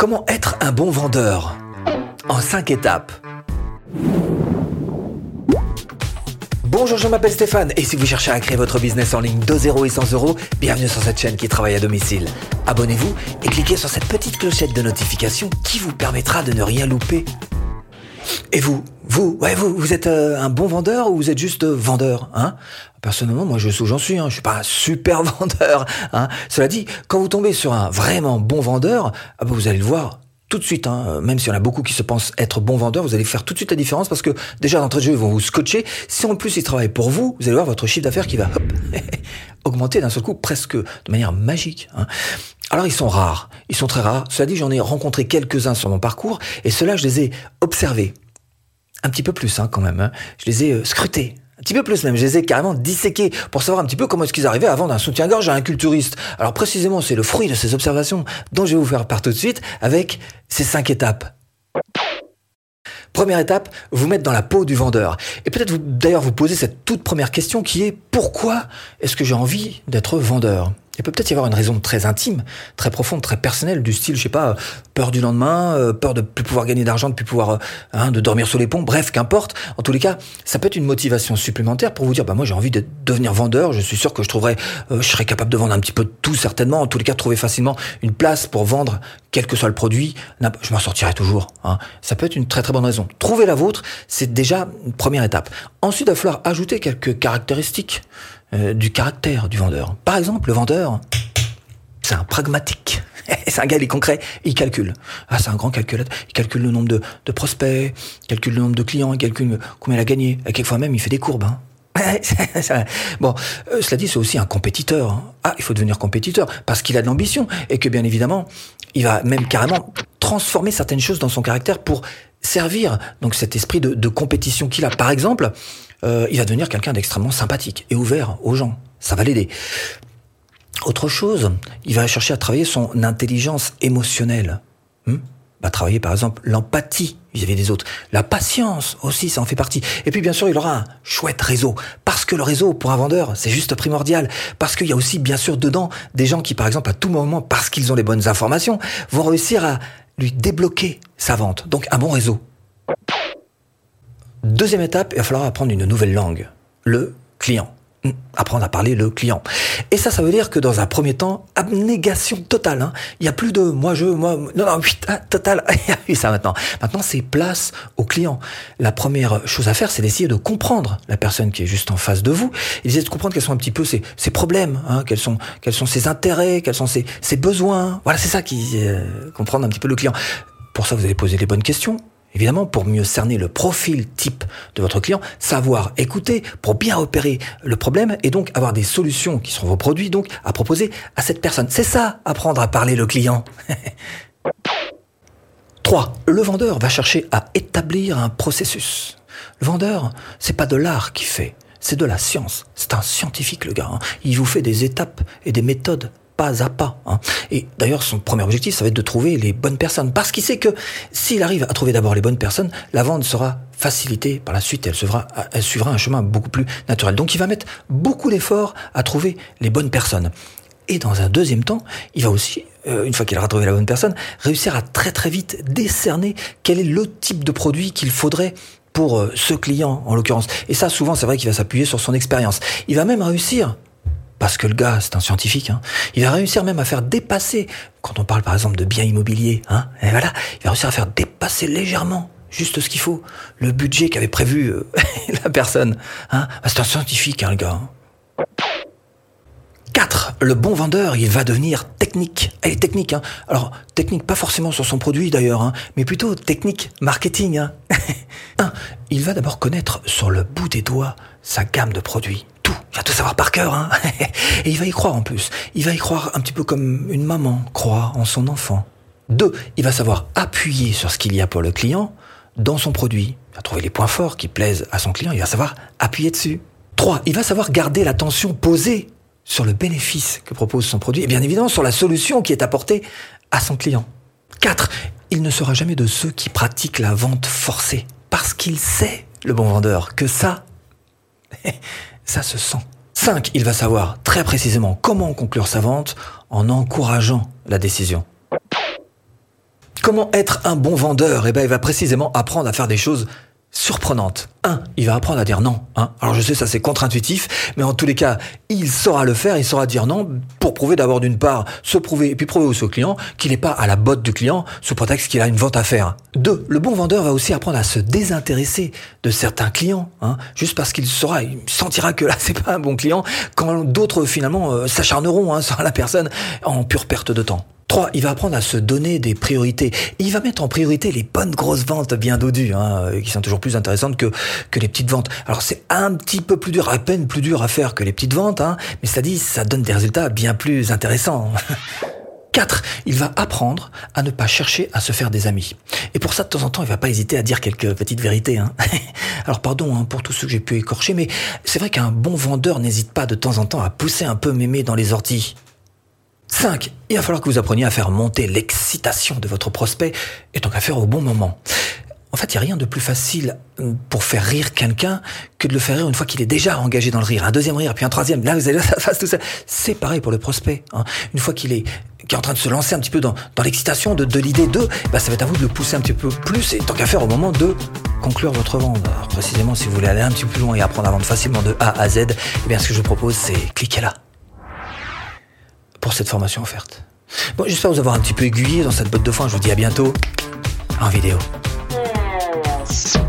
Comment être un bon vendeur? En 5 étapes. Bonjour, je m'appelle Stéphane et si vous cherchez à créer votre business en ligne de 0 et 100 euros, bienvenue sur cette chaîne qui travaille à domicile. Abonnez-vous et cliquez sur cette petite clochette de notification qui vous permettra de ne rien louper. Et vous êtes un bon vendeur ou vous êtes juste vendeur, hein? Personnellement, moi je sais où j'en suis, je suis pas un super vendeur, hein. Cela dit, quand vous tombez sur un vraiment bon vendeur, vous allez le voir tout de suite, même s'il y en a beaucoup qui se pensent être bons vendeurs, vous allez faire tout de suite la différence parce que déjà d'entrée de jeu, ils vont vous scotcher. Si en plus ils travaillent pour vous, vous allez voir votre chiffre d'affaires qui va augmenter d'un seul coup, presque de manière magique, hein. Alors ils sont rares, ils sont très rares. Cela dit, j'en ai rencontré quelques-uns sur mon parcours et ceux-là, je les ai observés. Un petit peu plus quand même, Je les ai scrutés. Un petit peu plus même, je les ai carrément disséqués pour savoir un petit peu comment est-ce qu'ils arrivaient à vendre un soutien-gorge à un culturiste. Alors précisément, c'est le fruit de ces observations dont je vais vous faire part tout de suite avec ces 5 étapes. Première étape, vous mettre dans la peau du vendeur. Et peut-être vous poser cette toute première question qui est « Pourquoi est-ce que j'ai envie d'être vendeur ?» Il peut peut-être y avoir une raison très intime, très profonde, très personnelle, du style, je sais pas, peur du lendemain, peur de plus pouvoir gagner d'argent, de plus pouvoir, de dormir sous les ponts, bref, qu'importe. En tous les cas, ça peut être une motivation supplémentaire pour vous dire, moi j'ai envie de devenir vendeur, je suis sûr que je serais capable de vendre un petit peu de tout certainement, en tous les cas, trouver facilement une place pour vendre, quel que soit le produit, je m'en sortirai toujours, Ça peut être une très très bonne raison. Trouver la vôtre, c'est déjà une première étape. Ensuite, il va falloir ajouter quelques caractéristiques du caractère du vendeur. Par exemple, le vendeur, c'est un pragmatique. C'est un gars, il est concret, il calcule. C'est un grand calculateur. Il calcule le nombre de prospects, il calcule le nombre de clients, il calcule combien il a gagné. Et quelquefois même, il fait des courbes. Cela dit, c'est aussi un compétiteur. Il faut devenir compétiteur parce qu'il a de l'ambition et que bien évidemment, il va même carrément transformer certaines choses dans son caractère pour servir donc cet esprit de compétition qu'il a. Par exemple, il va devenir quelqu'un d'extrêmement sympathique et ouvert aux gens. Ça va l'aider. Autre chose, il va chercher à travailler son intelligence émotionnelle. Va travailler par exemple l'empathie vis-à-vis des autres. La patience aussi, ça en fait partie. Et puis bien sûr, il aura un chouette réseau. Parce que le réseau, pour un vendeur, c'est juste primordial. Parce qu'il y a aussi bien sûr dedans des gens qui par exemple à tout moment, parce qu'ils ont les bonnes informations, vont réussir à lui débloquer sa vente. Donc un bon réseau. Deuxième étape, il va falloir apprendre une nouvelle langue. Le client. Apprendre à parler le client. Et ça veut dire que dans un premier temps, abnégation totale. Il n'y a plus de total. Il y a eu ça maintenant. Maintenant, c'est place au client. La première chose à faire, c'est d'essayer de comprendre la personne qui est juste en face de vous. Et d'essayer de comprendre quels sont un petit peu ses problèmes, quels sont ses intérêts, quels sont ses besoins. Voilà, c'est ça comprendre un petit peu le client. Pour ça, vous allez poser les bonnes questions. Évidemment, pour mieux cerner le profil type de votre client, savoir écouter pour bien repérer le problème et donc avoir des solutions qui seront vos produits donc à proposer à cette personne. C'est ça, apprendre à parler le client. 3. Le vendeur va chercher à établir un processus. Le vendeur, c'est pas de l'art qu'il fait, c'est de la science. C'est un scientifique, le gars. Il vous fait des étapes et des méthodes pas à pas. Et d'ailleurs, son premier objectif, ça va être de trouver les bonnes personnes. Parce qu'il sait que s'il arrive à trouver d'abord les bonnes personnes, la vente sera facilitée par la suite. Elle suivra un chemin beaucoup plus naturel. Donc, il va mettre beaucoup d'efforts à trouver les bonnes personnes. Et dans un deuxième temps, il va aussi, une fois qu'il aura trouvé la bonne personne, réussir à très très vite décerner quel est le type de produit qu'il faudrait pour ce client, en l'occurrence. Et ça, souvent, c'est vrai qu'il va s'appuyer sur son expérience. Il va même réussir, parce que le gars, c'est un scientifique, il va réussir même à faire dépasser, quand on parle par exemple de biens immobiliers, et voilà, il va réussir à faire dépasser légèrement, juste ce qu'il faut, le budget qu'avait prévu la personne. C'est un scientifique, le gars. 4. Le bon vendeur, il va devenir technique. Elle est technique, Alors, technique, pas forcément sur son produit d'ailleurs, mais plutôt technique marketing, 1. Il va d'abord connaître sur le bout des doigts sa gamme de produits. Il va tout savoir par cœur, Et il va y croire en plus. Il va y croire un petit peu comme une maman croit en son enfant. 2. Il va savoir appuyer sur ce qu'il y a pour le client dans son produit. Il va trouver les points forts qui plaisent à son client. Il va savoir appuyer dessus. 3. Il va savoir garder l'attention posée sur le bénéfice que propose son produit et bien évidemment sur la solution qui est apportée à son client. 4. Il ne sera jamais de ceux qui pratiquent la vente forcée parce qu'il sait, le bon vendeur, que ça se sent. 5. Il va savoir très précisément comment conclure sa vente en encourageant la décision. Comment être un bon vendeur? Il va précisément apprendre à faire des choses surprenantes. Il va apprendre à dire non. Alors je sais, ça c'est contre-intuitif, mais en tous les cas, il saura le faire, il saura dire non pour prouver d'abord d'une part, se prouver, et puis prouver aussi au client qu'il n'est pas à la botte du client sous prétexte qu'il a une vente à faire. 2, le bon vendeur va aussi apprendre à se désintéresser de certains clients, juste parce qu'il sentira que là c'est pas un bon client, quand d'autres finalement s'acharneront sur la personne en pure perte de temps. 3, il va apprendre à se donner des priorités. Il va mettre en priorité les bonnes grosses ventes bien dodues, qui sont toujours plus intéressantes que les petites ventes. Alors c'est un petit peu plus dur, à peine plus dur à faire que les petites ventes, mais cela dit, ça donne des résultats bien plus intéressants. 4, il va apprendre à ne pas chercher à se faire des amis. Et pour ça, de temps en temps, il va pas hésiter à dire quelques petites vérités. Alors pardon pour tous ceux que j'ai pu écorcher, mais c'est vrai qu'un bon vendeur n'hésite pas de temps en temps à pousser un peu mémé dans les orties. 5, il va falloir que vous appreniez à faire monter l'excitation de votre prospect, et tant qu'à faire au bon moment. En fait, il n'y a rien de plus facile pour faire rire quelqu'un que de le faire rire une fois qu'il est déjà engagé dans le rire. Un deuxième rire, puis un troisième. Là, vous allez ça fasse tout ça. C'est pareil pour le prospect. Une fois qu'il est en train de se lancer un petit peu dans l'excitation de l'idée de, ça va être à vous de le pousser un petit peu plus, et tant qu'à faire au moment de conclure votre vente. Alors, précisément, si vous voulez aller un petit peu plus loin et apprendre à vendre facilement de A à Z, ce que je vous propose, c'est cliquez là pour cette formation offerte. Bon, j'espère vous avoir un petit peu aiguillé dans cette botte de foin. Je vous dis à bientôt en vidéo.